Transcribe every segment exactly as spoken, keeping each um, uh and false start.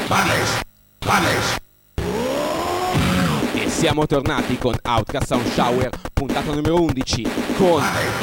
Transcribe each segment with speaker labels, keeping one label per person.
Speaker 1: Babic, Babic. E siamo tornati con Outcast Sound Shower, puntata numero undici, con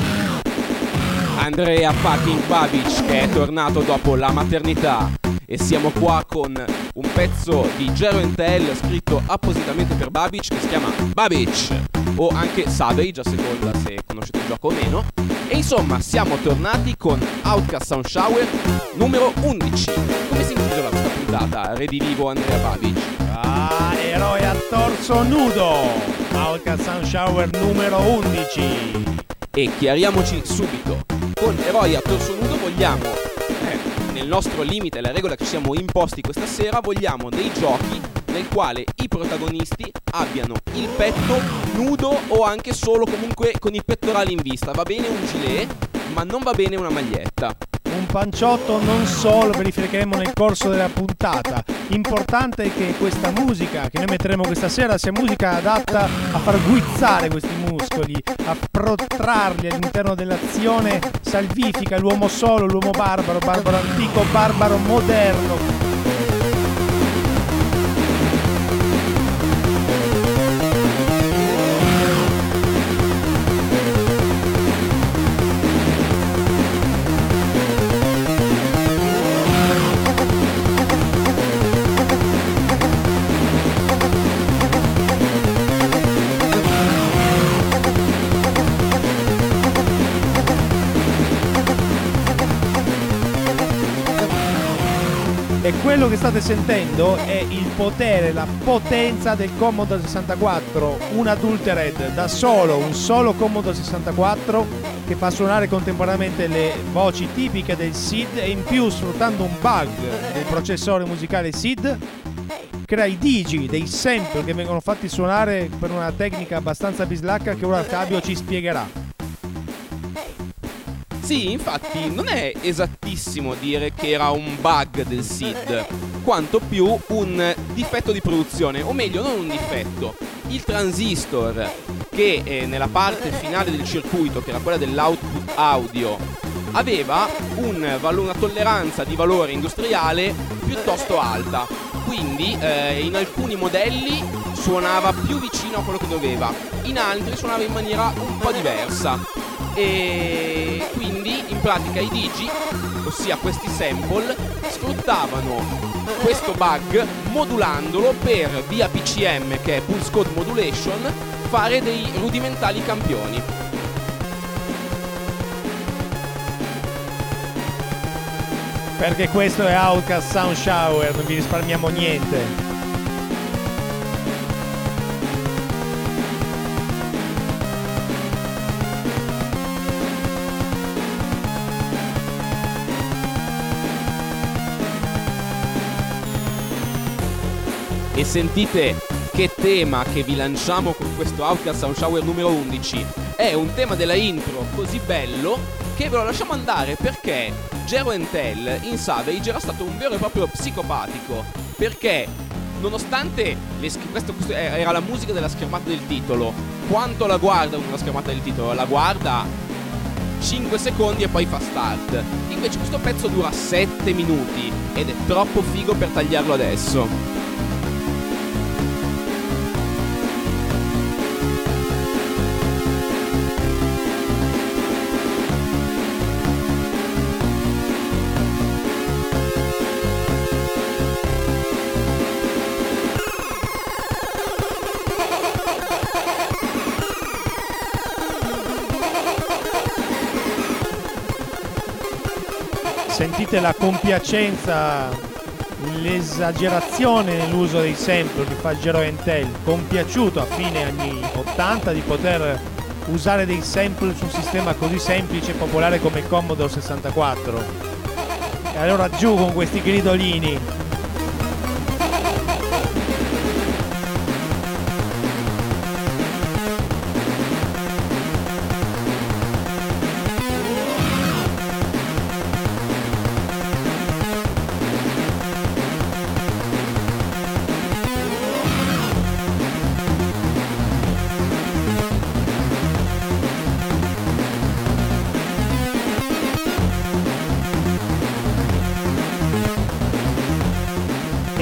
Speaker 1: Andrea fucking Babic, che è tornato dopo la maternità. E siamo qua con un pezzo di Jero and Tell scritto appositamente per Babic, che si chiama Babic, o anche Savage, a seconda se conoscete il gioco o meno. E insomma, siamo tornati con Outcast Sound Shower numero undici. Come si intitola questa puntata? Redivivo Andrea Babic.
Speaker 2: Ah, eroe a torso nudo, Outcast Sound Shower numero undici.
Speaker 1: E chiariamoci subito, con eroi a torso nudo vogliamo, eh, nel nostro limite, la regola che ci siamo imposti questa sera, vogliamo dei giochi nel quale i protagonisti abbiano il petto nudo o anche solo comunque con i pettorali in vista. Va bene un gilet, ma non va bene una maglietta.
Speaker 2: Un panciotto non solo, verificheremo nel corso della puntata. Importante è che questa musica che noi metteremo questa sera sia musica adatta a far guizzare questi muscoli, a protrarli all'interno dell'azione salvifica, l'uomo solo, l'uomo barbaro, barbaro antico, barbaro moderno. E quello che state sentendo è il potere, la potenza del Commodore sessantaquattro, un adulterated da solo, un solo Commodore sessantaquattro che fa suonare contemporaneamente le voci tipiche del S I D e in più, sfruttando un bug del processore musicale S I D, crea i digi, dei sample che vengono fatti suonare per una tecnica abbastanza bislacca che ora Fabio ci spiegherà.
Speaker 1: Sì, infatti non è esattissimo dire che era un bug del S I D, quanto più un difetto di produzione, o meglio non un difetto. Il transistor che eh, nella parte finale del circuito, che era quella dell'output audio, aveva un, una tolleranza di valore industriale piuttosto alta, quindi eh, in alcuni modelli suonava più vicino a quello che doveva, in altri suonava in maniera un po' diversa. E quindi in pratica i digi, ossia questi sample, sfruttavano questo bug modulandolo per via P C M, che è Pulse Code Modulation, fare dei rudimentali campioni.
Speaker 2: Perché questo è Outcast Sound Shower, non vi risparmiamo niente.
Speaker 1: E sentite che tema che vi lanciamo con questo Outcast Sound Shower numero undici. È un tema della intro così bello che ve lo lasciamo andare, perché Jero and Tell in Savage era stato un vero e proprio psicopatico, perché nonostante le sch- questo, questo era la musica della schermata del titolo, quanto la guarda una schermata del titolo? La guarda cinque secondi e poi fa start. Invece questo pezzo dura sette minuti ed è troppo figo per tagliarlo adesso.
Speaker 2: Sentite la compiacenza, l'esagerazione nell'uso dei sample che fa Jero and Tell, compiaciuto a fine anni ottanta di poter usare dei sample su un sistema così semplice e popolare come il Commodore sessantaquattro. E allora giù con questi gridolini.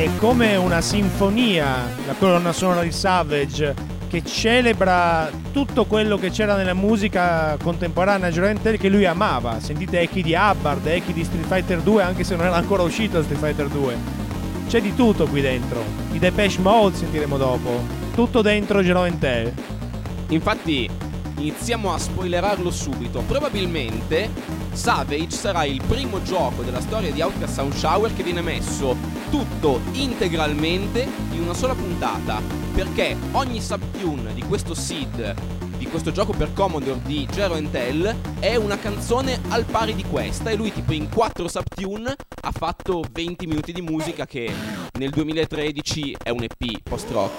Speaker 2: è come una sinfonia, la colonna sonora di Savage, che celebra tutto quello che c'era nella musica contemporanea Jero and Tell che lui amava. Sentite echi di Hubbard, echi di Street Fighter due, anche se non era ancora uscito Street Fighter due. C'è di tutto qui dentro. I Depeche Mode sentiremo dopo. Tutto dentro Jero and Tell.
Speaker 1: Infatti iniziamo a spoilerarlo subito. Probabilmente Savage sarà il primo gioco della storia di Outcast Sound Shower che viene messo tutto integralmente in una sola puntata, perché ogni subtune di questo S I D, di questo gioco per Commodore di Jero and Tell, è una canzone al pari di questa, e lui tipo in quattro subtune ha fatto venti minuti di musica, che nel duemilatredici è un E P post-rock.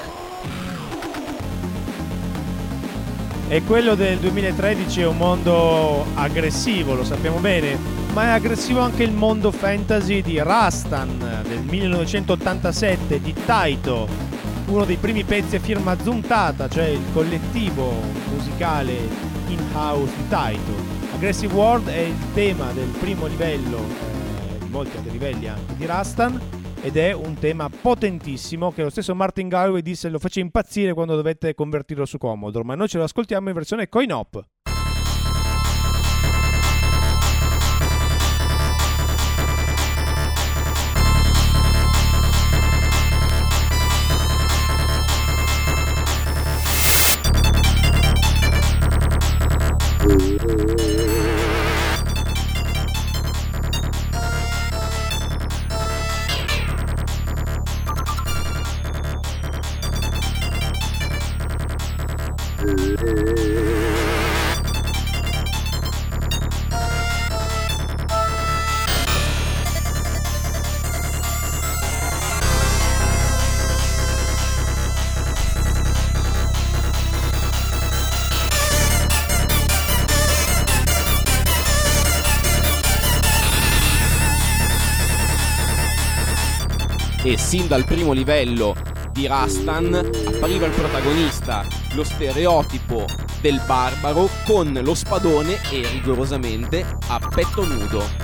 Speaker 2: E quello del duemilatredici è un mondo aggressivo, lo sappiamo bene, ma è aggressivo anche il mondo fantasy di Rastan del millenovecentottantasette di Taito, uno dei primi pezzi a firma Zuntata, cioè il collettivo musicale in-house di Taito. Aggressive World è il tema del primo livello, eh, di molti altri livelli anche di Rastan, ed è un tema potentissimo che lo stesso Martin Galway disse lo fece impazzire quando dovette convertirlo su Commodore, ma noi ce lo ascoltiamo in versione coin-op.
Speaker 1: E sin dal primo livello di Rastan appariva il protagonista, lo stereotipo del barbaro con lo spadone e rigorosamente a petto nudo.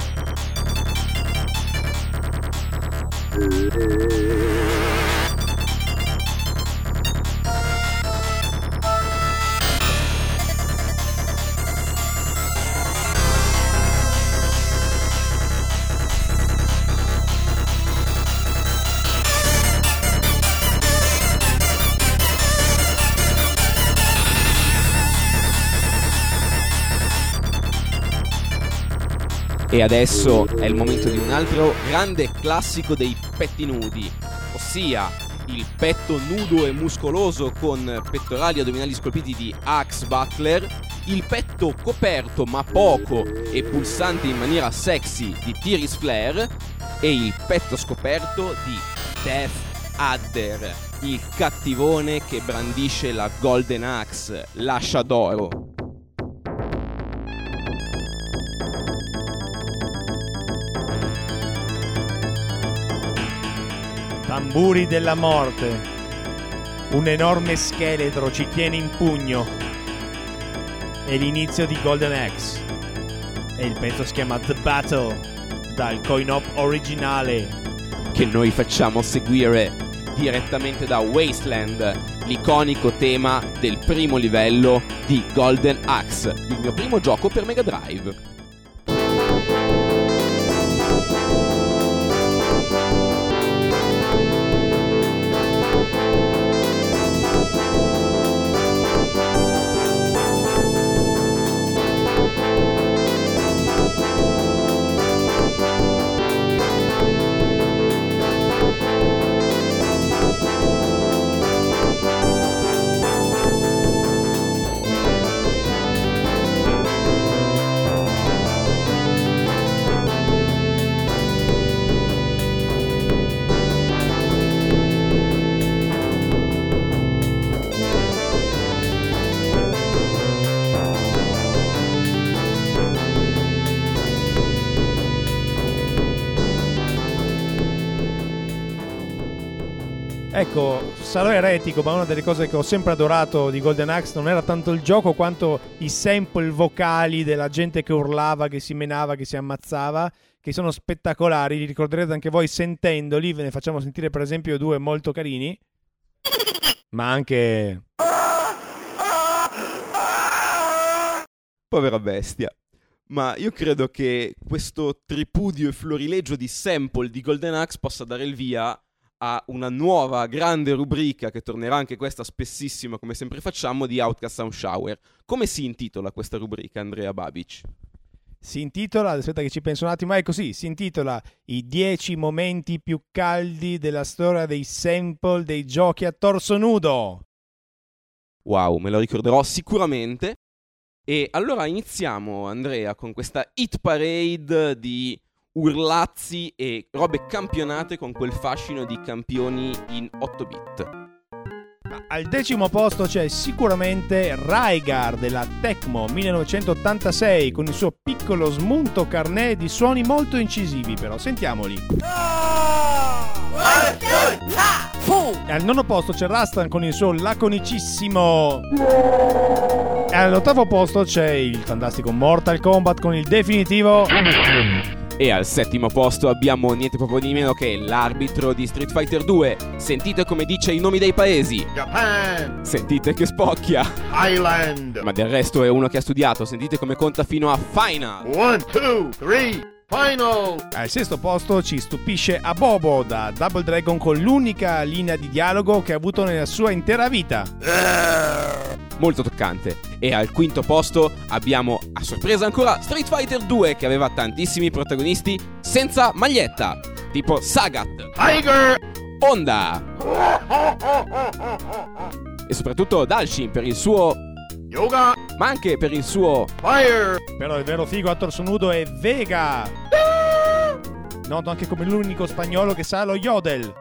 Speaker 1: E adesso è il momento di un altro grande classico dei petti nudi, ossia il petto nudo e muscoloso con pettorali addominali scolpiti di Axe Butler, il petto coperto ma poco e pulsante in maniera sexy di Tiris Flare e il petto scoperto di Death Adder, il cattivone che brandisce la Golden Axe, l'ascia d'oro.
Speaker 2: Tamburi della morte. Un enorme scheletro ci tiene in pugno. È l'inizio di Golden Axe. E il pezzo si chiama The Battle, dal coin-op originale,
Speaker 1: che noi facciamo seguire direttamente da Wasteland, l'iconico tema del primo livello di Golden Axe, il mio primo gioco per Mega Drive.
Speaker 2: Ecco, sarò eretico, ma una delle cose che ho sempre adorato di Golden Axe non era tanto il gioco quanto i sample vocali della gente che urlava, che si menava, che si ammazzava, che sono spettacolari, li ricorderete anche voi sentendoli. Ve ne facciamo sentire per esempio due molto carini, ma anche...
Speaker 1: Povera bestia. Ma io credo che questo tripudio e florileggio di sample di Golden Axe possa dare il via a una nuova grande rubrica che tornerà anche questa spessissima, come sempre facciamo, di Outcast Sound Shower. Come si intitola questa rubrica, Andrea Babic?
Speaker 2: Si intitola, aspetta che ci penso un attimo, è così, si intitola I dieci momenti più caldi della storia dei sample dei giochi a torso nudo.
Speaker 1: Wow, me lo ricorderò sicuramente. E allora iniziamo, Andrea, con questa hit parade di urlazzi e robe campionate con quel fascino di campioni in otto bit.
Speaker 2: Al decimo posto c'è sicuramente Rygar della Tecmo millenovecentottantasei con il suo piccolo smunto carnet di suoni molto incisivi, però sentiamoli. E al nono posto c'è Rastan con il suo laconicissimo. E all'ottavo posto c'è il fantastico Mortal Kombat con il definitivo.
Speaker 1: E al settimo posto abbiamo niente proprio di meno che l'arbitro di Street Fighter due. Sentite come dice i nomi dei paesi.
Speaker 3: Japan.
Speaker 1: Sentite che spocchia.
Speaker 3: Thailand.
Speaker 1: Ma del resto è uno che ha studiato. Sentite come conta fino a Final.
Speaker 3: One, two, three, final.
Speaker 2: Al sesto posto ci stupisce Abobo da Double Dragon con l'unica linea di dialogo che ha avuto nella sua intera vita.
Speaker 1: Molto toccante. E al quinto posto abbiamo, a sorpresa ancora, Street Fighter due, che aveva tantissimi protagonisti senza maglietta, tipo Sagat,
Speaker 3: Tiger.
Speaker 1: Honda e soprattutto Dalshin per il suo...
Speaker 3: Yoga.
Speaker 1: ma anche per il suo...
Speaker 3: Fire.
Speaker 2: Però il vero figo a torso nudo è Vega, noto anche come l'unico spagnolo che sa lo yodel.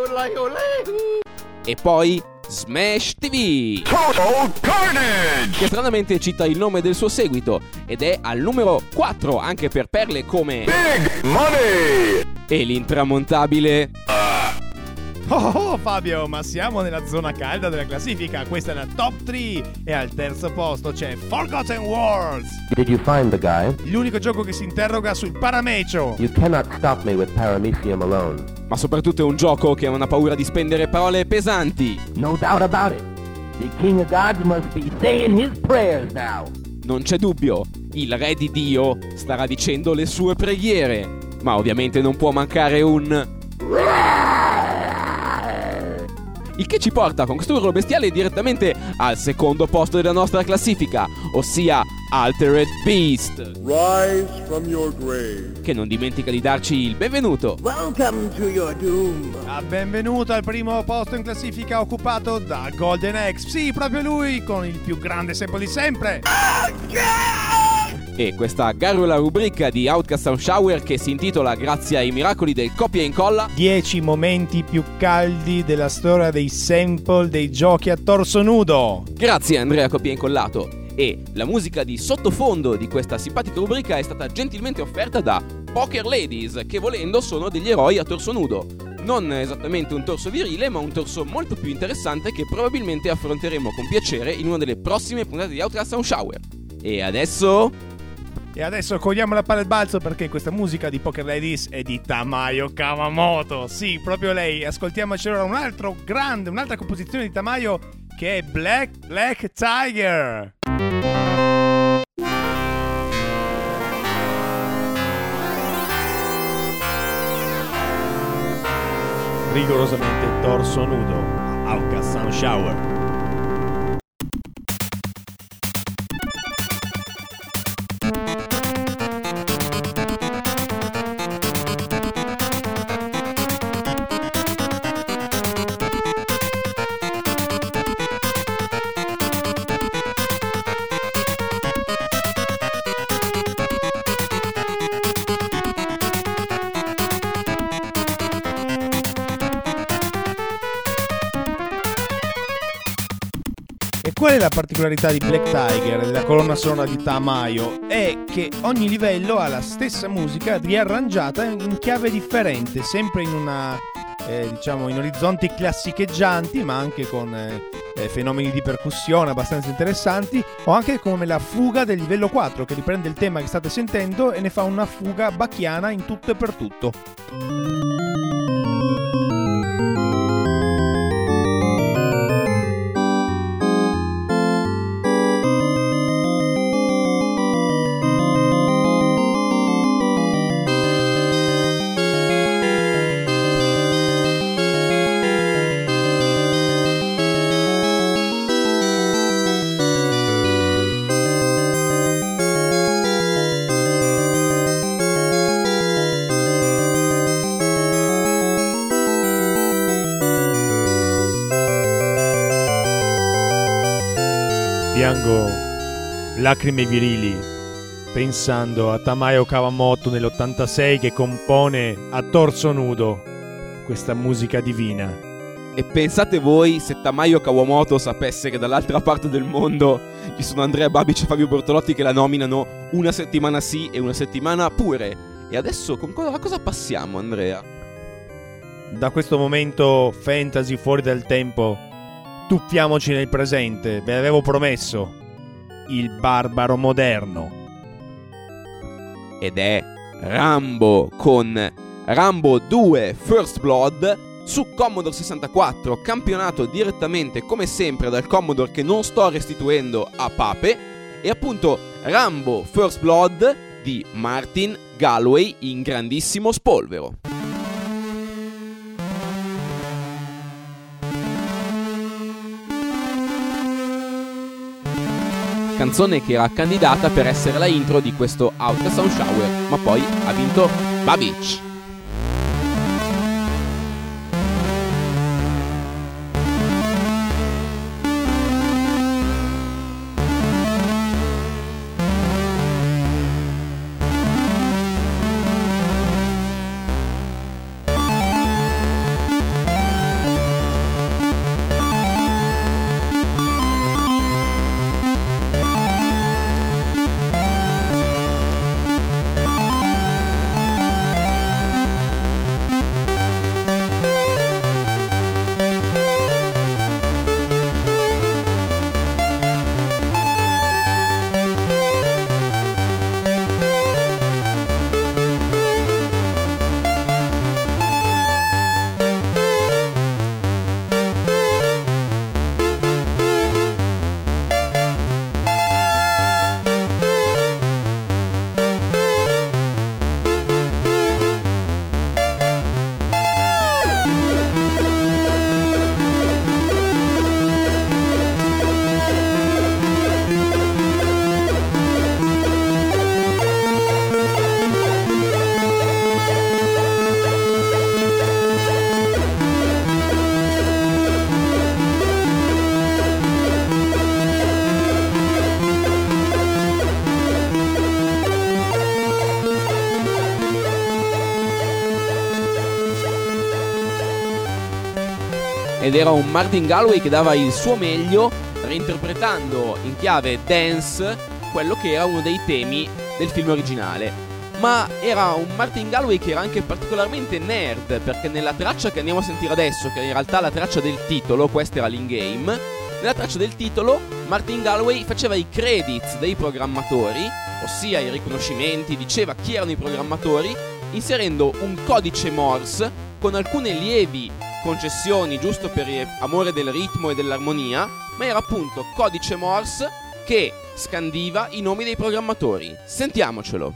Speaker 1: E poi Smash T V,
Speaker 3: Total Carnage.
Speaker 1: che stranamente cita il nome del suo seguito ed è al numero quattro anche per perle come
Speaker 3: Big Money.
Speaker 1: e l'intramontabile...
Speaker 2: Oh, oh, Fabio, ma siamo nella zona calda della classifica. Questa è la top tre e al terzo posto c'è Forgotten Worlds.
Speaker 4: Did you find the guy?
Speaker 2: L'unico gioco che si interroga sul paramecio.
Speaker 4: You cannot stop me with paramecium alone.
Speaker 1: Ma soprattutto è un gioco che non ha paura di spendere parole pesanti.
Speaker 4: No doubt about it. The King of Gods must be saying his prayers now.
Speaker 1: Non c'è dubbio, il re di Dio starà dicendo le sue preghiere. Ma ovviamente non può mancare un... il che ci porta con questo urlo bestiale direttamente al secondo posto della nostra classifica, ossia Altered Beast,
Speaker 5: Rise from your grave.
Speaker 1: che non dimentica di darci il benvenuto.
Speaker 6: Welcome to your doom.
Speaker 2: Ah, benvenuto al primo posto in classifica occupato da Golden Axe. Sì, proprio lui, con il più grande sample di sempre.
Speaker 1: E questa garrula rubrica di Outcast Sound Shower che si intitola, grazie ai miracoli del copia e incolla,
Speaker 2: dieci momenti più caldi della storia dei sample dei giochi a torso nudo.
Speaker 1: Grazie Andrea Copia Incollato. E la musica di sottofondo di questa simpatica rubrica è stata gentilmente offerta da Poker Ladies, che volendo sono degli eroi a torso nudo. Non esattamente un torso virile, ma un torso molto più interessante che probabilmente affronteremo con piacere in una delle prossime puntate di Outcast Sound Shower. E adesso...
Speaker 2: E adesso cogliamo la palla al balzo perché questa musica di Poker Ladies è di Tamayo Kawamoto. Sì, proprio lei. Ascoltiamoci ora un altro grande, un'altra composizione di Tamayo che è Black Black Tiger. Rigorosamente torso nudo. Outcast Sound Shower. Qual è la particolarità di Black Tiger, della colonna sonora di Tamayo? È che ogni livello ha la stessa musica riarrangiata in chiave differente, sempre in una eh, diciamo in orizzonti classicheggianti, ma anche con eh, eh, fenomeni di percussione abbastanza interessanti, o anche come la fuga del livello quattro, che riprende il tema che state sentendo e ne fa una fuga bacchiana in tutto e per tutto. Piango lacrime virili pensando a Tamayo Kawamoto nell'ottantasei che compone a torso nudo questa musica divina.
Speaker 1: E pensate voi se Tamayo Kawamoto sapesse che dall'altra parte del mondo ci sono Andrea Babic e Fabio Bortolotti che la nominano una settimana sì e una settimana pure. E adesso con cosa, a cosa passiamo, Andrea?
Speaker 2: Da questo momento fantasy fuori dal tempo tuffiamoci nel presente, ve l'avevo promesso, il barbaro moderno.
Speaker 1: Ed è Rambo con Rambo due First Blood su Commodore sessantaquattro, campionato direttamente come sempre dal Commodore che non sto restituendo a Pape, e appunto Rambo First Blood di Martin Galway in grandissimo spolvero. Canzone che era candidata per essere la intro di questo Ultrasound Shower, ma poi ha vinto Babic. Ed era un Martin Galway che dava il suo meglio reinterpretando in chiave dance quello che era uno dei temi del film originale. Ma era un Martin Galway che era anche particolarmente nerd, perché nella traccia che andiamo a sentire adesso, che in realtà è la traccia del titolo, questa era l'in-game, nella traccia del titolo Martin Galway faceva i credits dei programmatori, ossia i riconoscimenti, diceva chi erano i programmatori, inserendo un codice Morse con alcune lievi concessioni giusto per amore del ritmo e dell'armonia, ma era appunto codice Morse che scandiva i nomi dei programmatori. Sentiamocelo.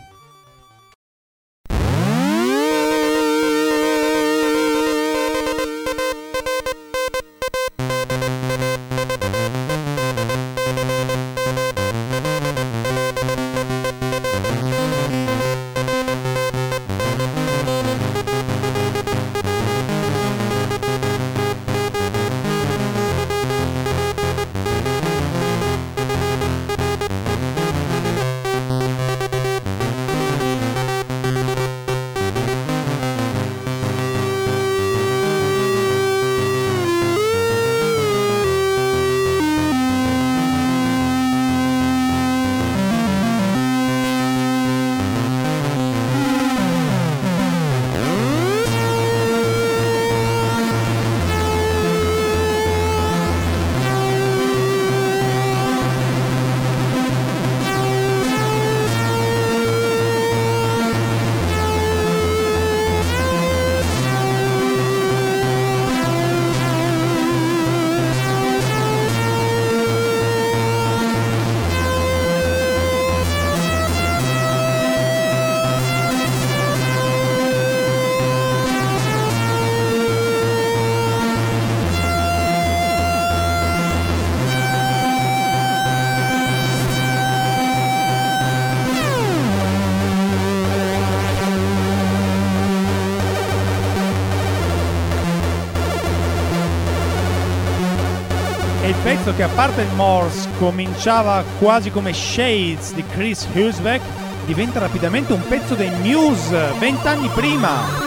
Speaker 2: pezzo che a parte il Morse cominciava quasi come Shades di Chris Hülsbeck, diventa rapidamente un pezzo dei Muse, vent'anni prima.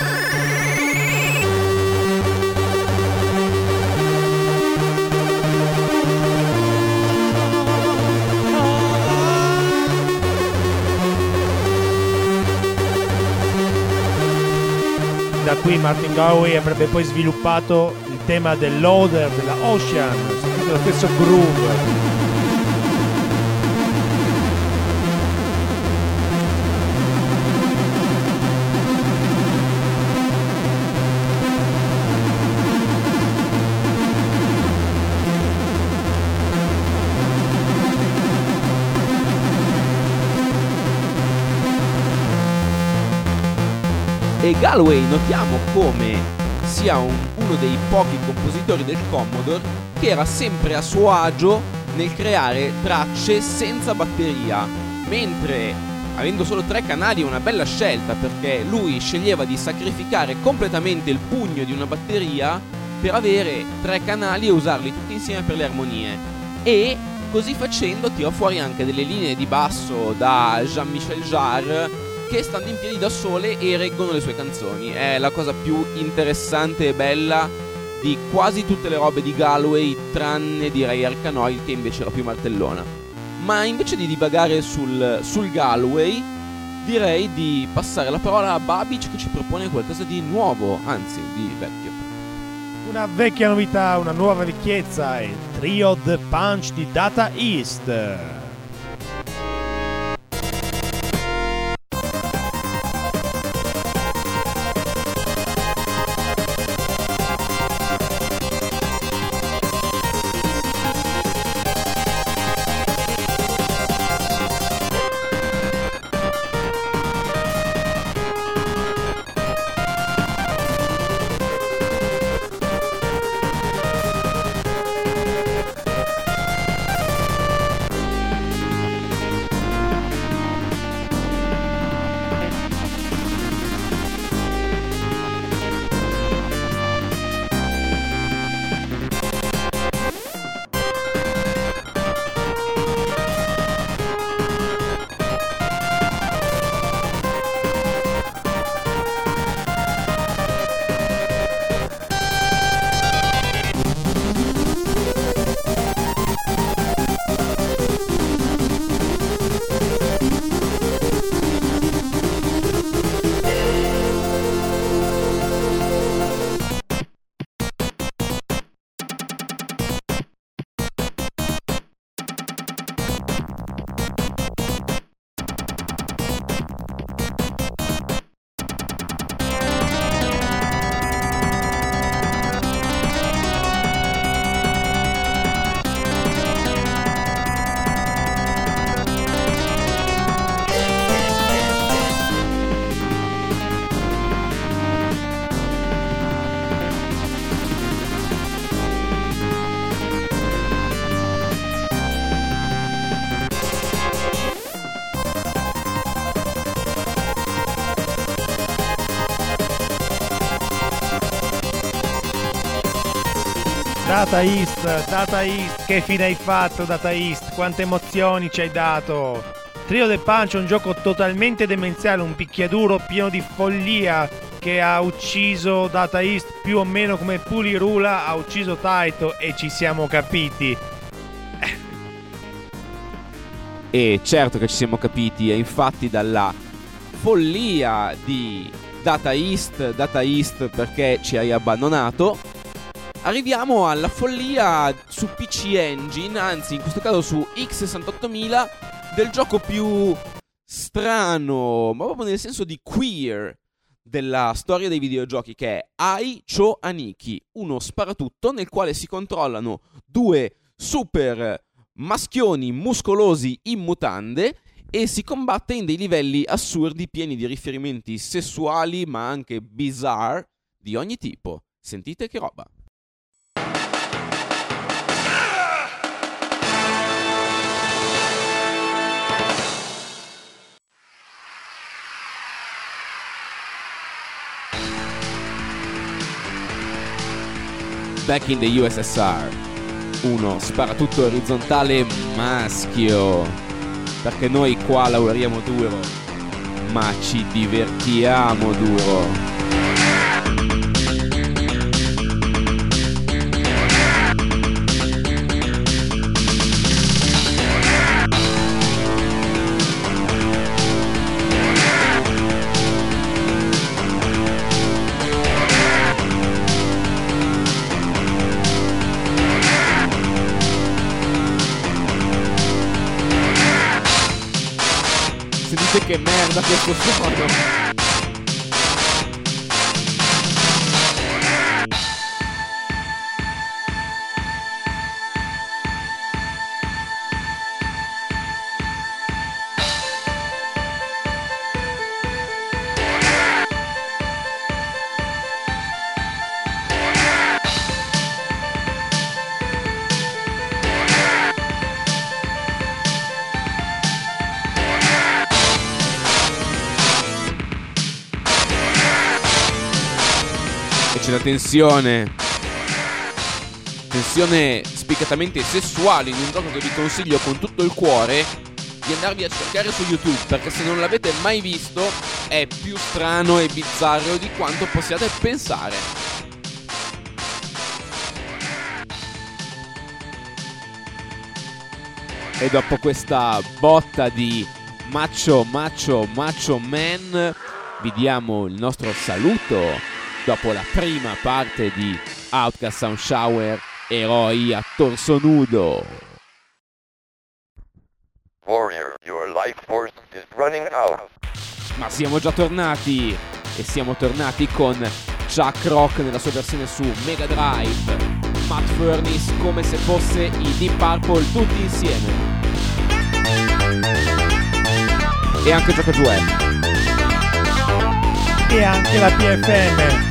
Speaker 2: Da qui Martin Galway avrebbe poi sviluppato il tema del Loader, della Ocean, sentite lo stesso groove.
Speaker 1: E Galway notiamo come sia un, uno dei pochi compositori del Commodore che era sempre a suo agio nel creare tracce senza batteria, mentre avendo solo tre canali è una bella scelta, perché lui sceglieva di sacrificare completamente il pugno di una batteria per avere tre canali e usarli tutti insieme per le armonie, e così facendo tira fuori anche delle linee di basso da Jean-Michel Jarre che stanno in piedi da sole e reggono le sue canzoni. È la cosa più interessante e bella di quasi tutte le robe di Galway, tranne direi Arkanoid, che invece era più martellona. Ma invece di divagare sul, sul Galway, direi di passare la parola a Babic, che ci propone qualcosa di nuovo, anzi di vecchio.
Speaker 2: Una vecchia novità, una nuova vecchiezza, è il trio The Punch di Data East. Data East, Data East, che fine hai fatto Data East? Quante emozioni ci hai dato? Trio The Punch è un gioco totalmente demenziale, un picchiaduro pieno di follia che ha ucciso Data East più o meno come Pulirula ha ucciso Taito, e ci siamo capiti.
Speaker 1: E certo che ci siamo capiti, e infatti dalla follia di Data East, Data East perché ci hai abbandonato, arriviamo alla follia su P C Engine, anzi in questo caso su X sessantottomila, del gioco più strano, ma proprio nel senso di queer, della storia dei videogiochi, che è Ai Cho Aniki, uno sparatutto nel quale si controllano due super maschioni muscolosi in mutande e si combatte in dei livelli assurdi pieni di riferimenti sessuali ma anche bizarre di ogni tipo. Sentite che roba. Back in the U S S R. uno sparatutto orizzontale maschio, perché noi qua lavoriamo duro, ma ci divertiamo duro. Sentite che merda questo suono. C'è la tensione, tensione spiccatamente sessuale in un gioco che vi consiglio con tutto il cuore di andarvi a cercare su YouTube, perché se non l'avete mai visto è più strano e bizzarro di quanto possiate pensare. E dopo questa botta di macho, macho, macho man, vi diamo il nostro saluto dopo la prima parte di Outcast Sound Shower, eroi a torso nudo.
Speaker 3: Warrior, your life force is running out.
Speaker 1: Ma siamo già tornati, e siamo tornati con Chuck Rock nella sua versione su Mega Drive, Matt Furniss come se fosse i Deep Purple tutti insieme, e anche Gioca Giù
Speaker 2: e anche la P F M.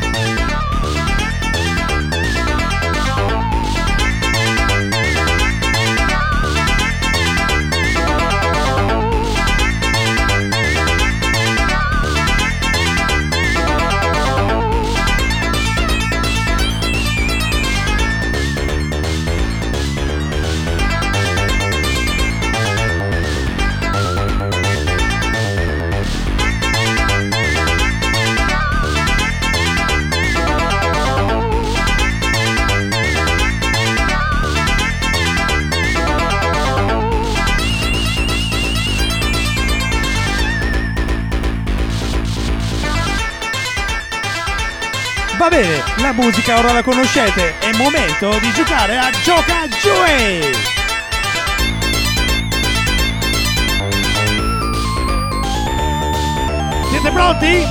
Speaker 2: Va bene, la musica ora la conoscete, è momento di giocare a Gioca Giù! Siete pronti?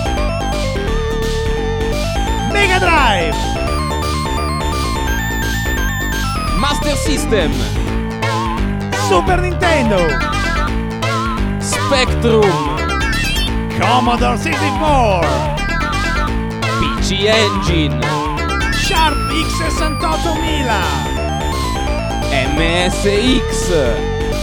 Speaker 2: Mega Drive,
Speaker 1: Master System,
Speaker 2: Super Nintendo,
Speaker 1: Spectrum,
Speaker 2: Commodore sessantaquattro,
Speaker 1: P C Engine,
Speaker 2: Sharp X sessantottomila,
Speaker 1: M S X.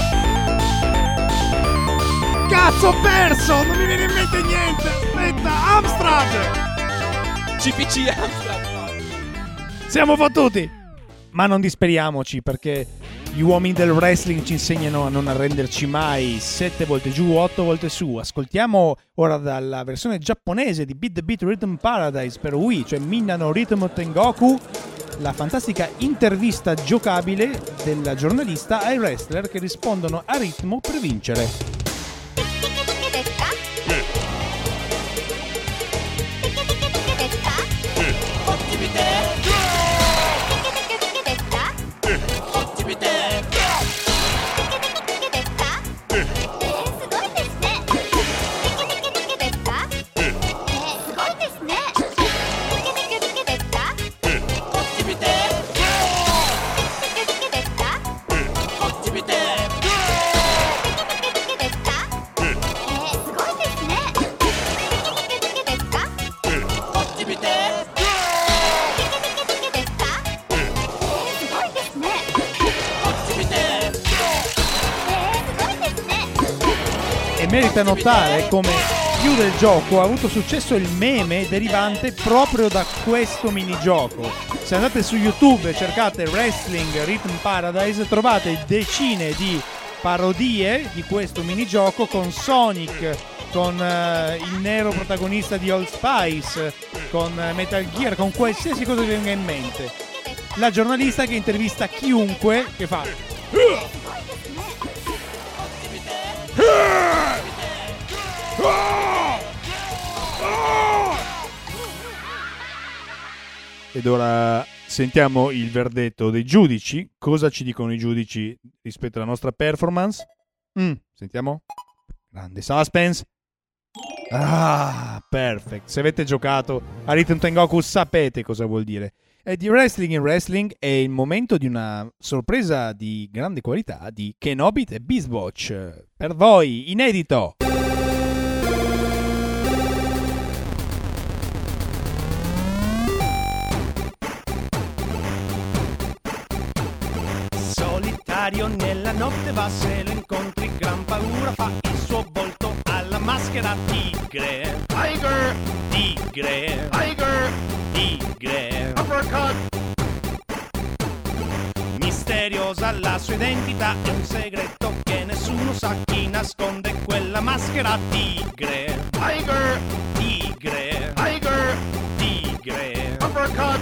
Speaker 2: Cazzo, ho perso! Non mi viene in mente niente! Aspetta, Amstrad!
Speaker 1: C P C Amstrad.
Speaker 2: Siamo fottuti! Ma non disperiamoci, perché gli uomini del wrestling ci insegnano a non arrenderci mai. Sette volte giù, otto volte su. Ascoltiamo ora dalla versione giapponese di Beat the Beat Rhythm Paradise per Wii, cioè Minna no Rhythm Tengoku, la fantastica intervista giocabile della giornalista ai wrestler che rispondono a ritmo per vincere. Merita notare come chiude il gioco, ha avuto successo il meme derivante proprio da questo minigioco. Se andate su YouTube e cercate Wrestling Rhythm Paradise trovate decine di parodie di questo minigioco con Sonic, con uh, il nero protagonista di Old Spice, con uh, Metal Gear, con qualsiasi cosa vi venga in mente. La giornalista che intervista chiunque che fa ed ora sentiamo il verdetto dei giudici. Cosa ci dicono i giudici rispetto alla nostra performance? Mm, sentiamo. Grande suspense. Ah, perfect. Se avete giocato a Rhythm Tengoku sapete cosa vuol dire. E di Wrestling in Wrestling è il momento di una sorpresa di grande qualità di Kenobit e Beastwatch. Per voi, inedito. Solitario nella notte va, se lo incontri gran paura fa, il suo volto alla maschera tigre. Tiger! Tigre! Tiger! Tigre! Uppercut! Misteriosa la sua identità, è un segreto che nessuno sa, chi nasconde quella maschera tigre. Tiger! Tigre! Tiger! Tigre! Uppercut!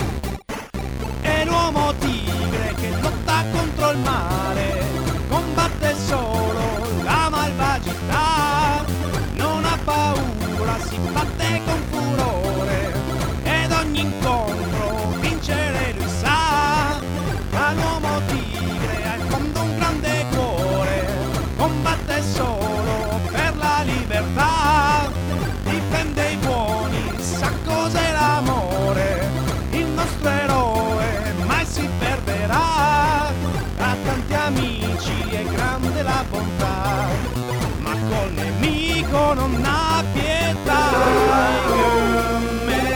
Speaker 2: È l'uomo tigre che lotta contro il male, combatte solo la malvagità, non ha paura, si batte con furore ed ogni incontro vincere lui sa. Ma l'uomo tigre ha in fondo un grande cuore, combatte solo per la libertà, difende i buoni, sa cos'è l'amore, il nostro eroe mai si perderà, ha tanti amici, è grande la bontà, ma col nemico non ha pietà. Tiger Man.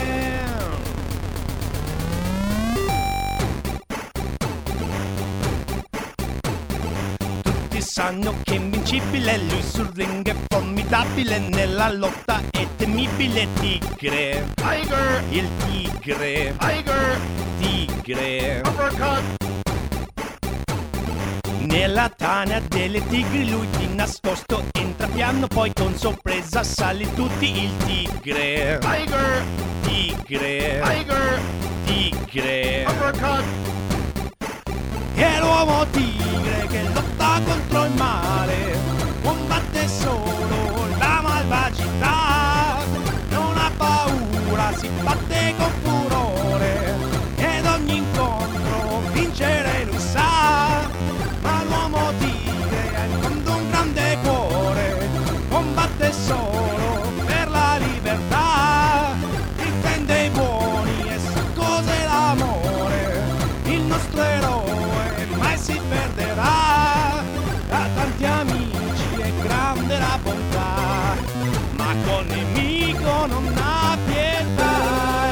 Speaker 2: Tutti sanno che è invincibile, lui sul ring è formidabile, nella lotta è temibile. Tigre, Tiger, il tigre, Tiger, tigre, uppercut. Nella tana delle tigri lui di nascosto entra piano, poi con sorpresa sale tutti. Il tigre, Tiger, tigre, Tiger, tigre, uppercut. È l'uomo tigre che lotta contro il male, combatte solo la malvagità, non ha paura, si batte con furore ed ogni incontro vincere lui sa. Ma l'uomo tigre ha in fondo un grande cuore, combatte solo per la libertà, difende i buoni e sa cos'è l'amore, il nostro eroe mai si perderà, ha tanti amici e grande la bontà, ma col nemico non ha pietà.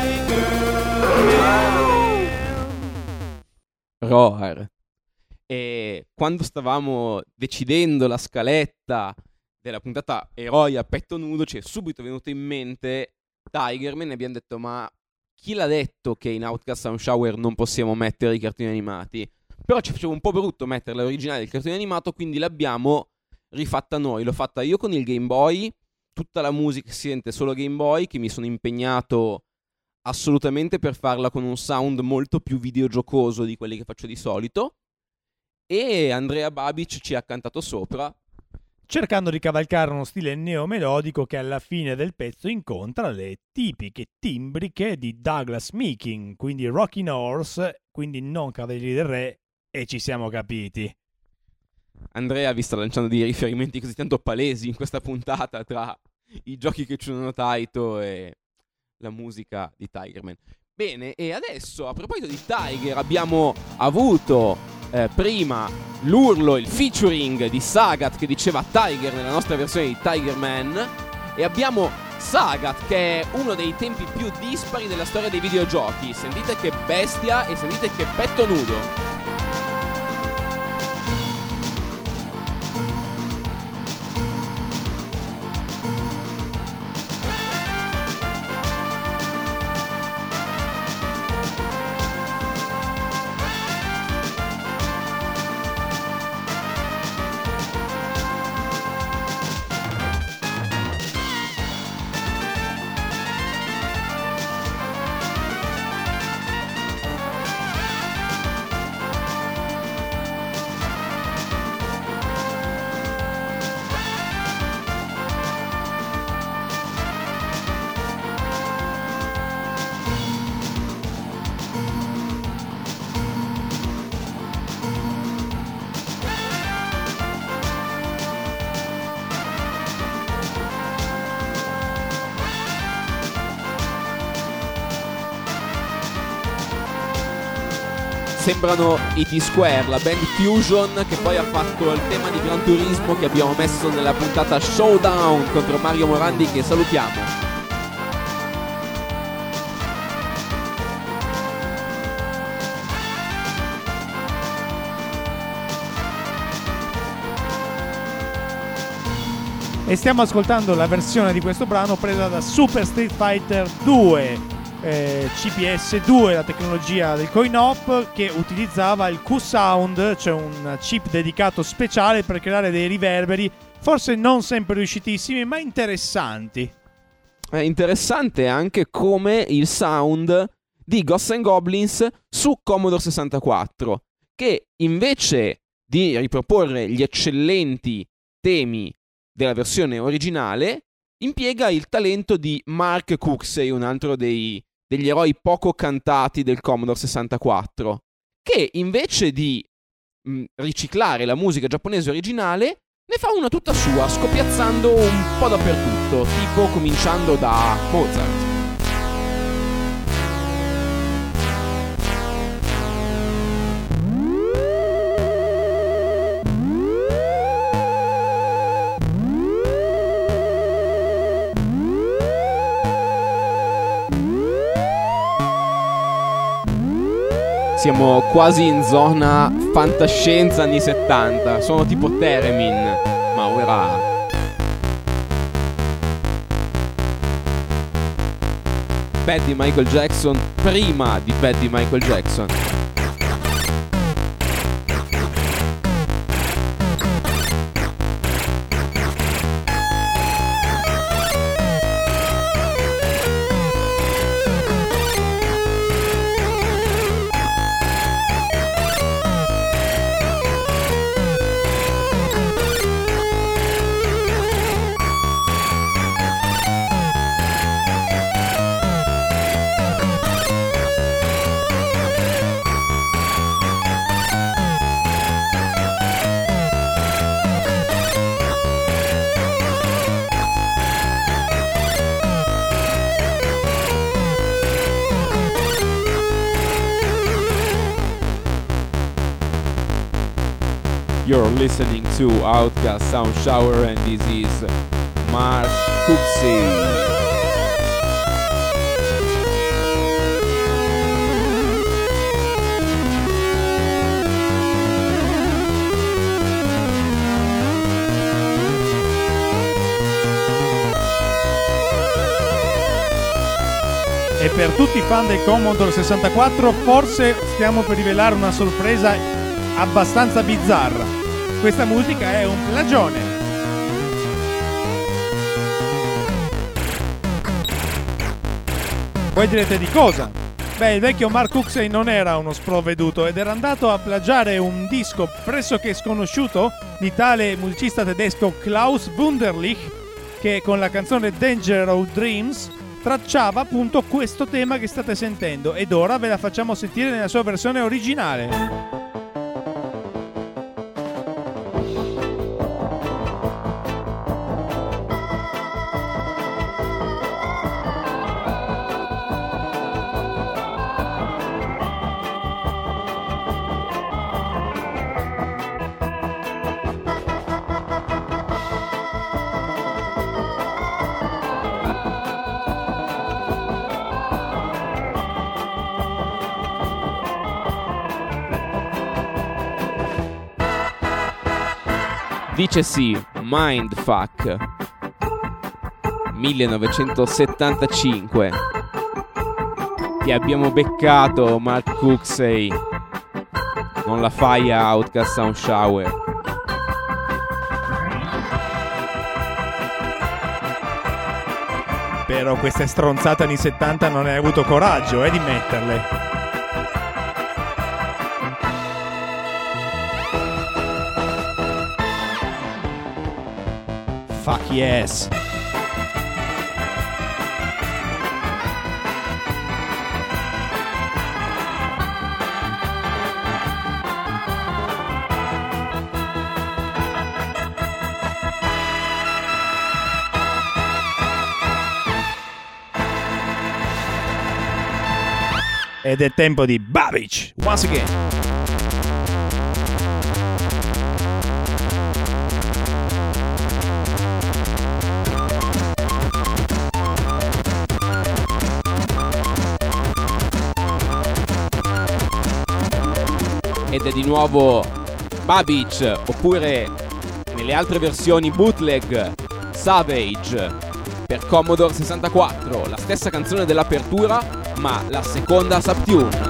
Speaker 1: Roar. E quando stavamo decidendo la scaletta della puntata eroi a petto nudo ci è subito venuto in mente Tiger Man e abbiamo detto: ma chi l'ha detto che in Outcast Sound Shower non possiamo mettere i cartoni animati? Però ci faceva un po' brutto mettere l'originale del cartone animato, quindi l'abbiamo rifatta noi. L'ho fatta io con il Game Boy, tutta la musica si sente solo Game Boy, che mi sono impegnato assolutamente per farla con un sound molto più videogiocoso di quelli che faccio di solito, e Andrea Babic ci ha cantato sopra,
Speaker 2: cercando di cavalcare uno stile neomelodico che alla fine del pezzo incontra le tipiche timbriche di Douglas Meaking, quindi Rocking Horse, quindi non Cavalieri del Re, e ci siamo capiti.
Speaker 1: Andrea vi sta lanciando dei riferimenti così tanto palesi in questa puntata tra i giochi che ci hanno Taito e la musica di Tiger Man. Bene, e adesso a proposito di Tiger abbiamo avuto eh, prima l'urlo, il featuring di Sagat che diceva Tiger nella nostra versione di Tiger Man, e abbiamo Sagat che è uno dei tempi più dispari della storia dei videogiochi. Sentite che bestia e sentite che petto nudo. sembrano i T-Square, la band Fusion che poi ha fatto il tema di Gran Turismo che abbiamo messo nella puntata Showdown contro Mario Morandi, che salutiamo.
Speaker 2: E stiamo ascoltando la versione di questo brano presa da Super Street Fighter due, eh, C P S due, la tecnologia del coin-op, che utilizzava il Q-Sound, cioè un chip dedicato speciale per creare dei riverberi, forse non sempre riuscitissimi, ma interessanti.
Speaker 1: È interessante anche come il sound di Ghosts and Goblins su Commodore sessantaquattro, che invece di riproporre gli eccellenti temi della versione originale, impiega il talento di Mark Cooksey, un altro dei, degli eroi poco cantati del Commodore sessantaquattro, che invece di mh, riciclare la musica giapponese originale, ne fa una tutta sua, scopiazzando un po' dappertutto, tipo cominciando da Mozart. Siamo quasi in zona fantascienza anni settanta. Sono tipo Theremin, ma ora Bad di Michael Jackson prima di Bad di Michael Jackson. You're listening to Outcast Sound Shower and this is Mark Cooksey.
Speaker 2: E per tutti i fan del Commodore sessantaquattro forse stiamo per rivelare una sorpresa abbastanza bizzarra. Questa musica è un plagione. Voi direte di cosa? Beh, il vecchio Mark Cooksey non era uno sprovveduto ed era andato a plagiare un disco pressoché sconosciuto di tale musicista tedesco Klaus Wunderlich, che con la canzone Danger of Dreams tracciava appunto questo tema che state sentendo, ed ora ve la facciamo sentire nella sua versione originale.
Speaker 1: Dice sì, Mindfuck millenovecentosettantacinque. Ti abbiamo beccato, Mark Cooksey. Non la fai a Outcast Sound Shower.
Speaker 2: Però queste stronzate anni settanta non hai avuto coraggio, eh, di metterle. Fuck yes. ed è tempo di Babbage once again.
Speaker 1: Ed è di nuovo Babbage, oppure nelle altre versioni bootleg Savage per Commodore sessantaquattro, la stessa canzone dell'apertura ma la seconda subtune.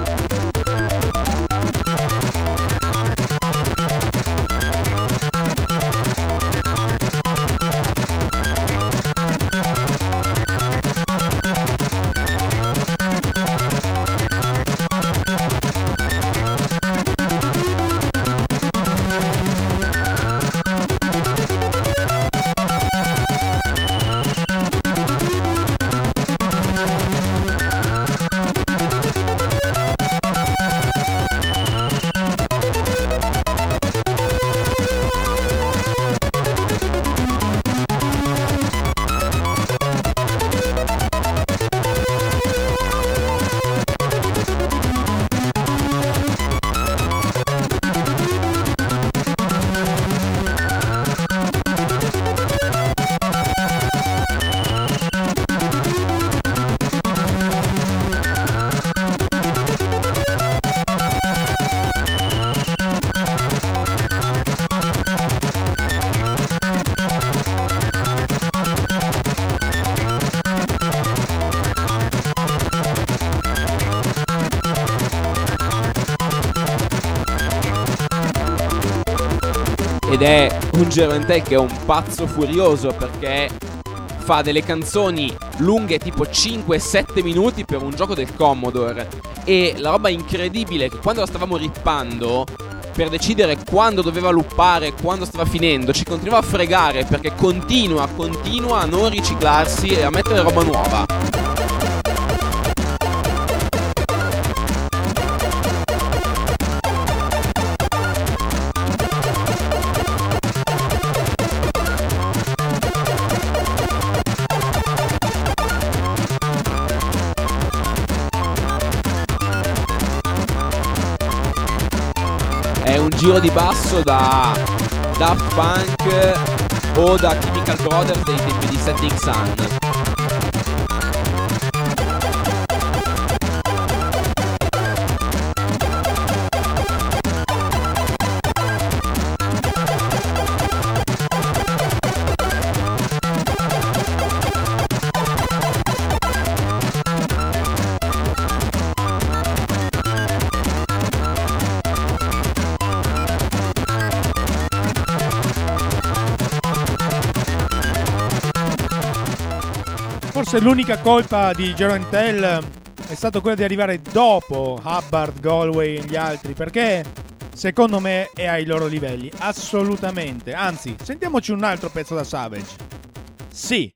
Speaker 1: Ed è un Gero and Tell che è un pazzo furioso, perché fa delle canzoni lunghe tipo cinque sette minuti per un gioco del Commodore. E la roba incredibile è che quando la stavamo rippando, per decidere quando doveva loopare, quando stava finendo, ci continuava a fregare, perché continua, continua a non riciclarsi e a mettere roba nuova. È un giro di basso da Daft Punk o da Chemical Brothers dei tempi di Setting Sun.
Speaker 2: Forse l'unica colpa di Gero and Tell è stata quella di arrivare dopo Hubbard, Galway e gli altri, perché secondo me è ai loro livelli, assolutamente. Anzi, sentiamoci un altro pezzo da Savage. Sì.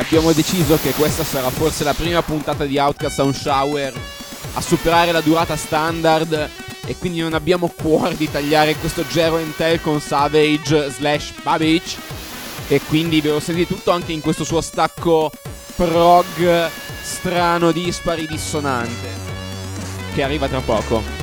Speaker 1: abbiamo deciso che questa sarà forse la prima puntata di Outcast Sound Shower a superare la durata standard, e quindi non abbiamo cuore di tagliare questo Jero and Tell con Savage slash Babbage, e quindi ve lo sentite tutto anche in questo suo stacco prog strano, dispari, dissonante, che arriva tra poco.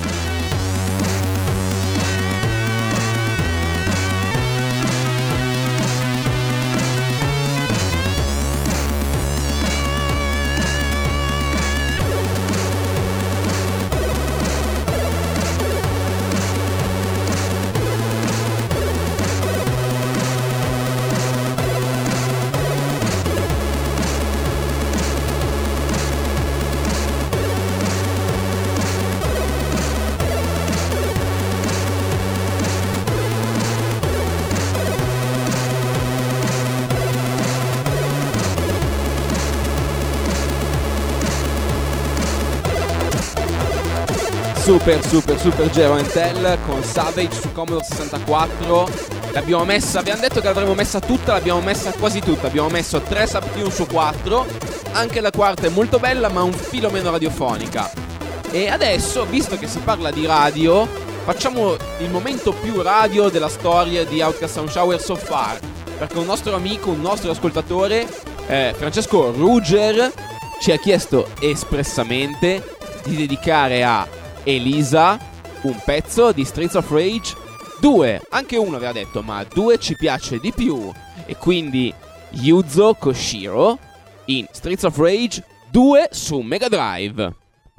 Speaker 1: Super super super Jero and Tell con Savage su Commodore sessantaquattro. L'abbiamo messa, abbiamo detto che l'avremmo messa tutta, l'abbiamo messa quasi tutta. Abbiamo messo tre subtune su quattro. Anche la quarta è molto bella, ma un filo meno radiofonica. E adesso, visto che si parla di radio, facciamo il momento più radio della storia di Outcast Sound Shower so far, perché un nostro amico, un nostro ascoltatore, eh, Francesco Ruger, ci ha chiesto espressamente di dedicare a Elisa un pezzo di Streets of Rage due. Anche uno aveva detto, ma due ci piace di più, e quindi Yuzo Koshiro in Streets of Rage due su Mega Drive.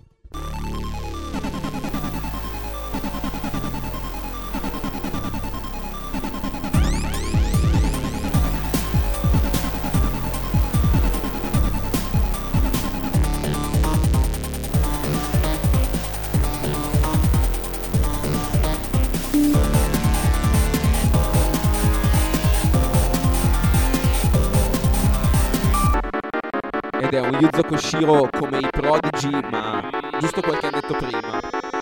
Speaker 1: Ed è un Yuzo Koshiro come i Prodigy, ma giusto qualche annetto prima.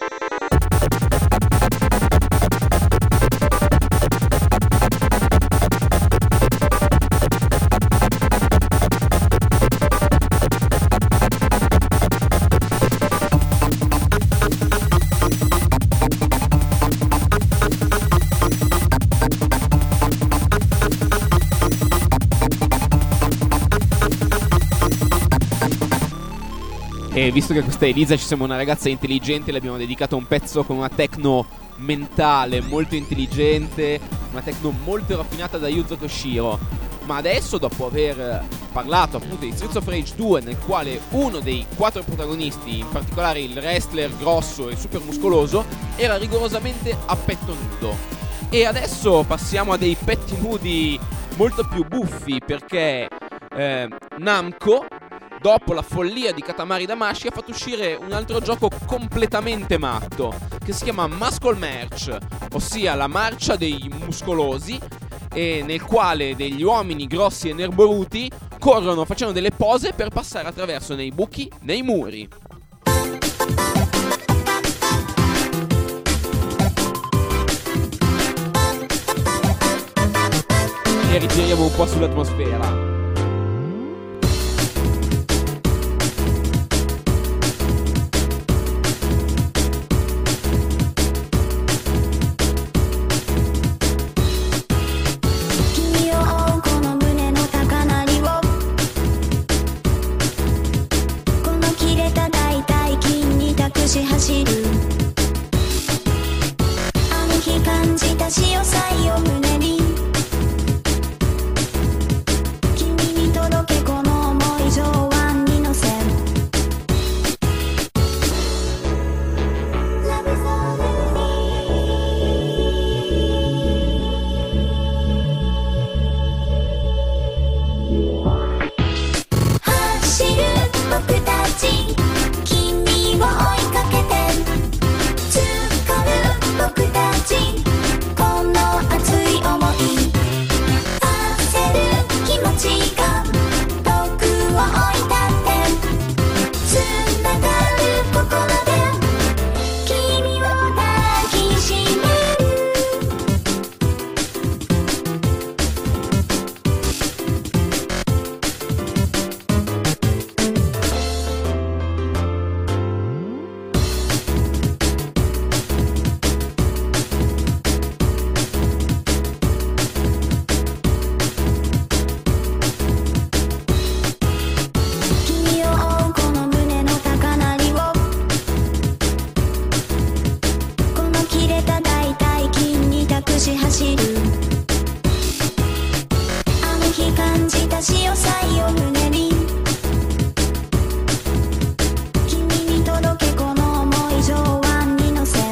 Speaker 1: E visto che questa Elisa ci sembra una ragazza intelligente, le abbiamo dedicato un pezzo con una techno mentale molto intelligente, una techno molto raffinata da Yuzo Koshiro. Ma adesso, dopo aver parlato appunto di Streets of Rage due, nel quale uno dei quattro protagonisti, in particolare il wrestler grosso e super muscoloso, era rigorosamente a petto nudo, e adesso passiamo a dei petti nudi molto più buffi, perché eh, Namco, dopo la follia di Katamari Damacy, ha fatto uscire un altro gioco completamente matto che si chiama Muscle March, ossia la marcia dei muscolosi, e nel quale degli uomini grossi e nerboruti corrono facendo delle pose per passare attraverso nei buchi nei muri. E rigiriamo un po' sull'atmosfera.
Speaker 7: し走るあの日感じた潮騒を胸に君に届けこの想い上腕に乗せラブソールに走る僕たち君を追いかけて突っ込む僕たちこの熱い走るあの日感じた潮騒を胸に君に届けこの想い上腕に乗せ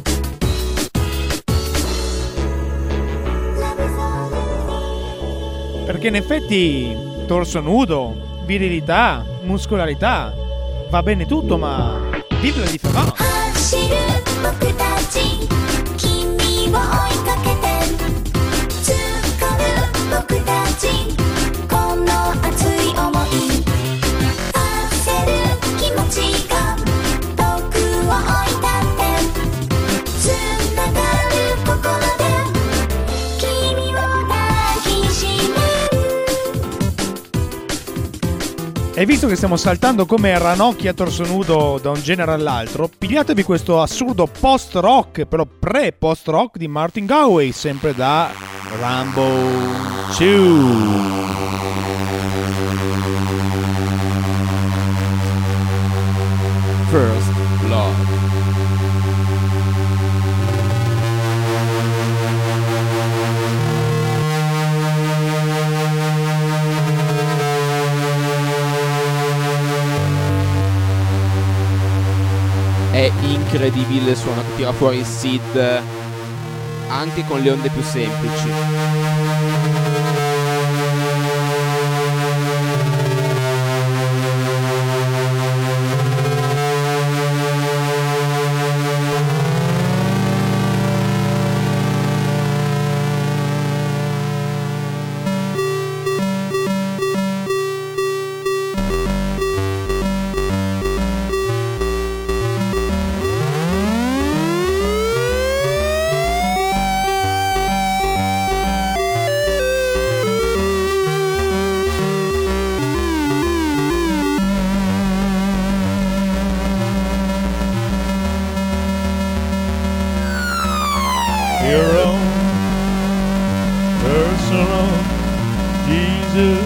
Speaker 2: Perché in effetti torso nudo, virilità, muscolarità, va bene tutto, ma vive la differenza.
Speaker 7: 走る僕たち君を追いかけて掴む僕たちこの熱い想い焦る気持ちが遠くを追い立ってつながる心で君を抱きしめる
Speaker 2: E visto che stiamo saltando come ranocchi a torso nudo da un genere all'altro, pigliatevi questo assurdo post-rock, però pre-post-rock di Martin Galway, sempre da Rambo due.
Speaker 1: First Blood. È incredibile il suono che tira fuori il Sid anche con le onde più semplici.
Speaker 2: Hero, personal, Jesus.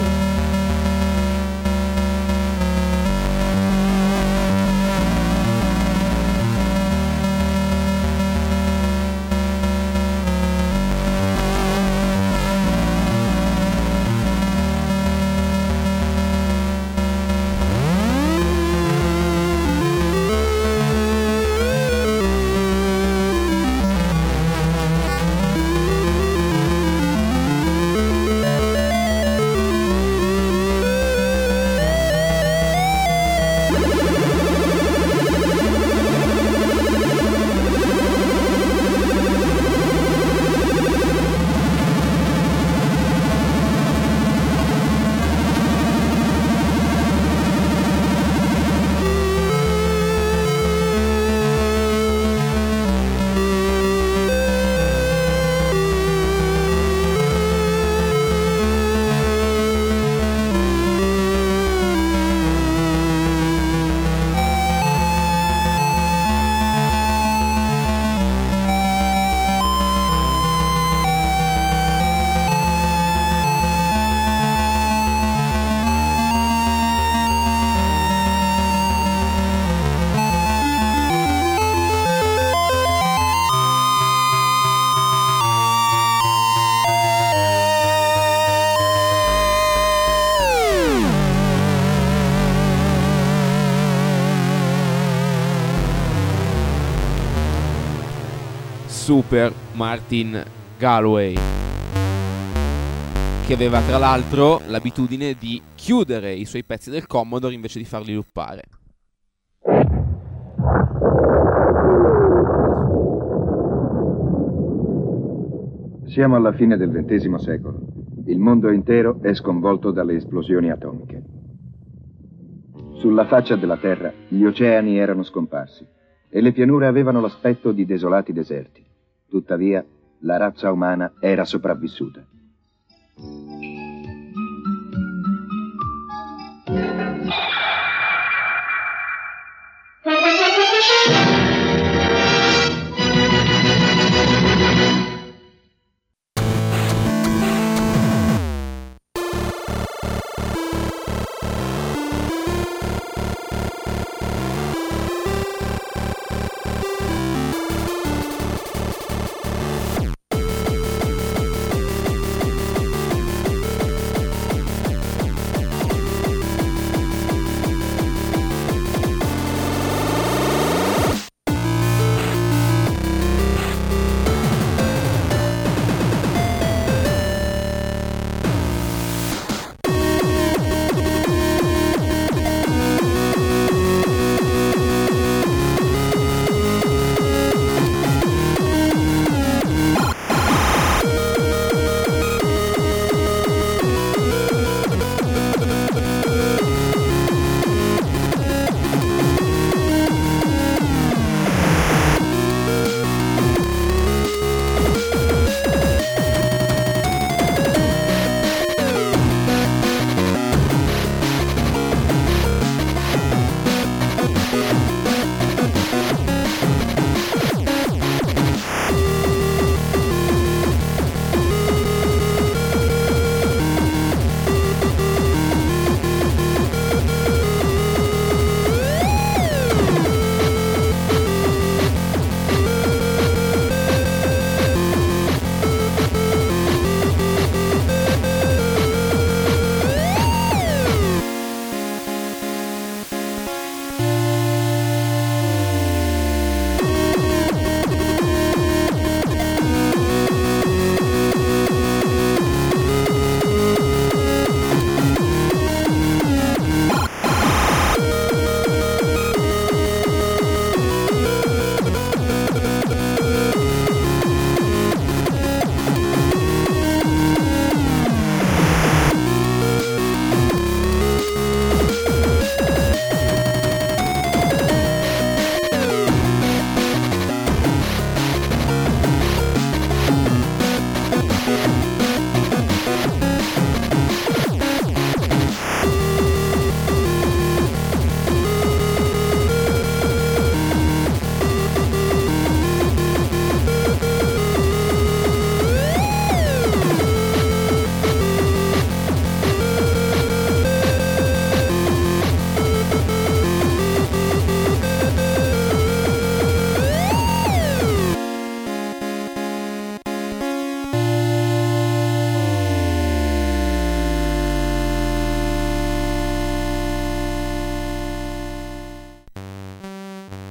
Speaker 2: Super Martin Galway, che aveva tra l'altro l'abitudine di chiudere i suoi pezzi del Commodore invece di farli luppare.
Speaker 8: Siamo alla fine del ventesimo secolo. Il mondo intero è sconvolto dalle esplosioni atomiche. Sulla faccia della Terra gli oceani erano scomparsi e le pianure avevano l'aspetto di desolati deserti. Tuttavia, la razza umana era sopravvissuta.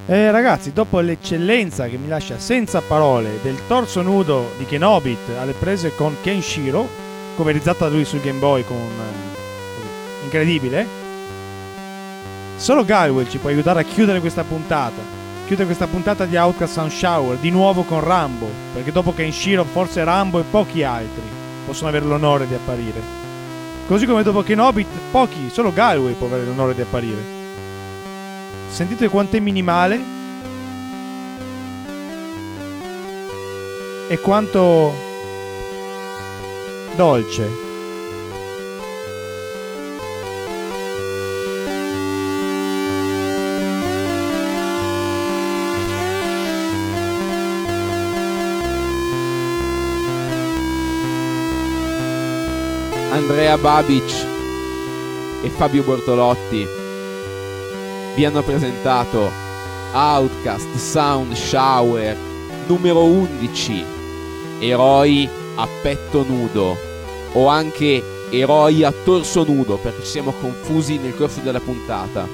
Speaker 2: Eh, ragazzi, dopo l'eccellenza che mi lascia senza parole del torso nudo di Kenobi alle prese con Kenshiro, coverizzata da lui sul Game Boy con eh, incredibile, solo Galway ci può aiutare a chiudere questa puntata. Chiudere questa puntata di Outcast Sound Shower di nuovo con Rambo, perché dopo Kenshiro forse Rambo e pochi altri possono avere l'onore di apparire. Così come dopo Kenobi pochi, solo Galway può avere l'onore di apparire. Sentite quanto è minimale e quanto dolce.
Speaker 1: Andrea Babic e Fabio Bortolotti vi hanno presentato Outcast Sound Shower numero undici, eroi a petto nudo, o anche eroi a torso nudo, perché ci siamo confusi nel corso della puntata.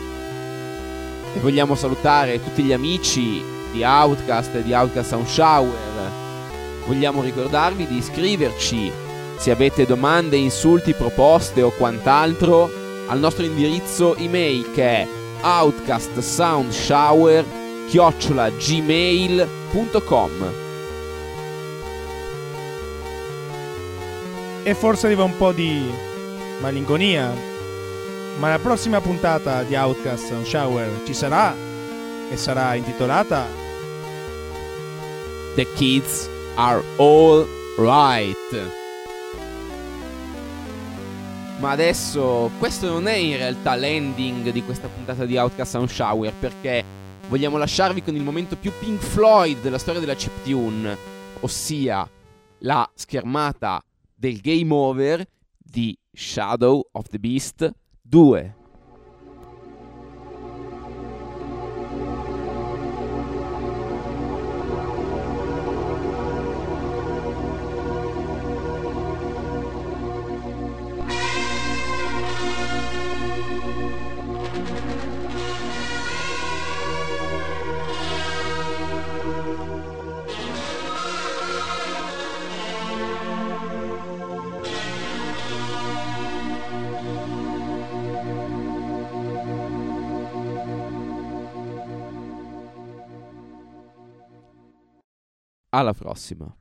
Speaker 1: E vogliamo salutare tutti gli amici di Outcast e di Outcast Sound Shower. Vogliamo ricordarvi di iscriverci se avete domande, insulti, proposte o quant'altro al nostro indirizzo email, che è outcastsoundshower chiocciola gmail punto com.
Speaker 2: E forse arriva un po' di malinconia, ma la prossima puntata di Outcast Sound Shower ci sarà e sarà intitolata
Speaker 1: The Kids Are All Right. Ma adesso questo non è in realtà l'ending di questa puntata di Outcast Sound Shower, perché vogliamo lasciarvi con il momento più Pink Floyd della storia della chiptune, ossia la schermata del game over di Shadow of the Beast due. Alla prossima.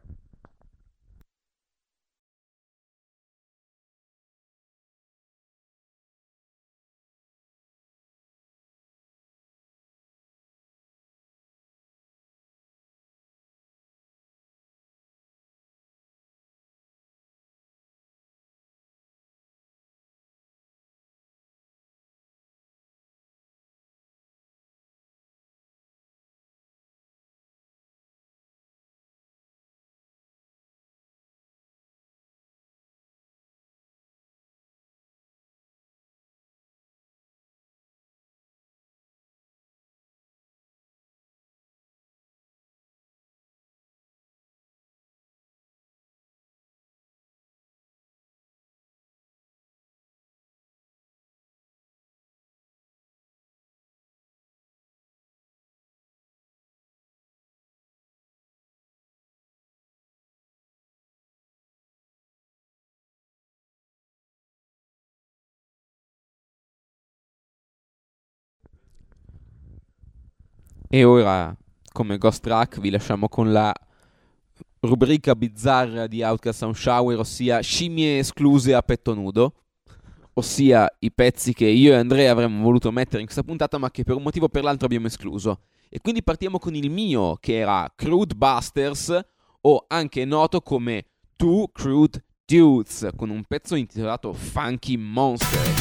Speaker 1: E ora, come Ghost Track, vi lasciamo con la rubrica bizzarra di Outcast Sound Shower, ossia scimmie escluse a petto nudo, ossia i pezzi che io e Andrea avremmo voluto mettere in questa puntata ma che per un motivo o per l'altro abbiamo escluso. E quindi partiamo con il mio, che era Crude Busters, o anche noto come Two Crude Dudes, con un pezzo intitolato Funky Monsters.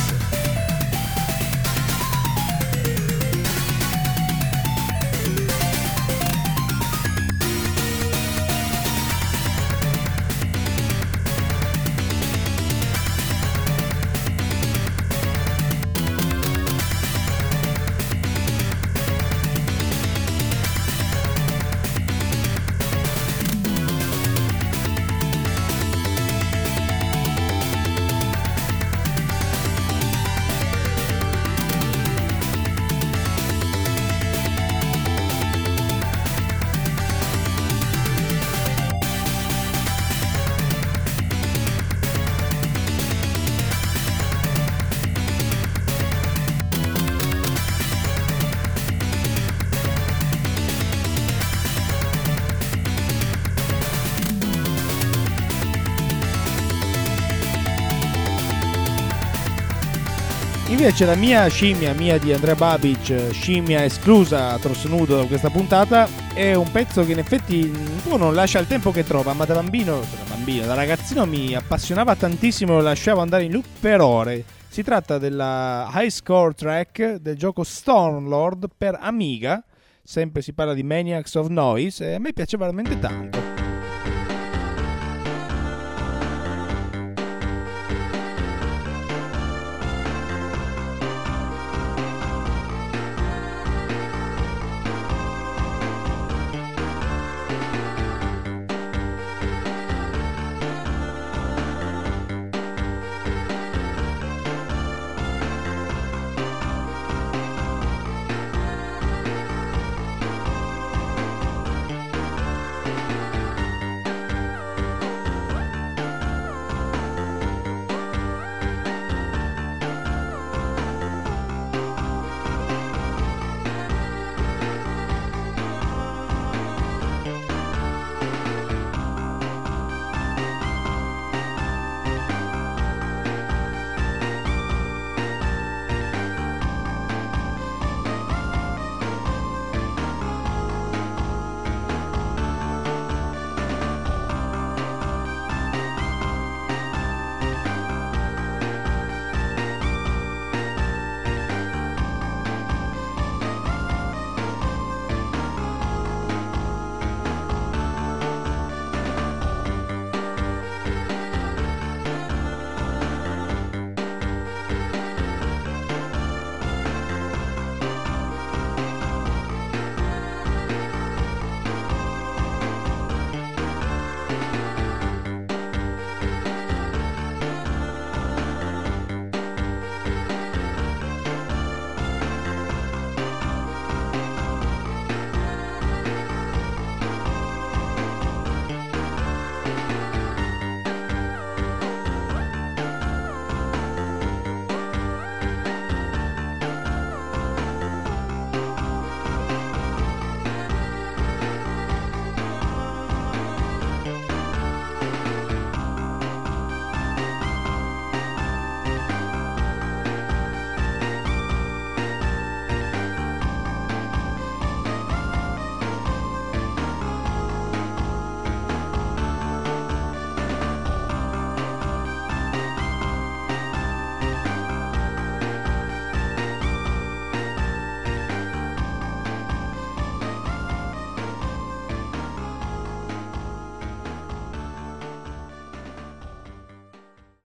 Speaker 2: Invece la mia scimmia, mia di Andrea Babic, scimmia esclusa a torso nudo da questa puntata, è un pezzo che in effetti un po' non lascia il tempo che trova, ma da bambino, da bambino, da ragazzino mi appassionava tantissimo e lo lasciavo andare in loop per ore. Si tratta della high score track del gioco Stormlord per Amiga, sempre si parla di Maniacs of Noise e a me piace veramente tanto.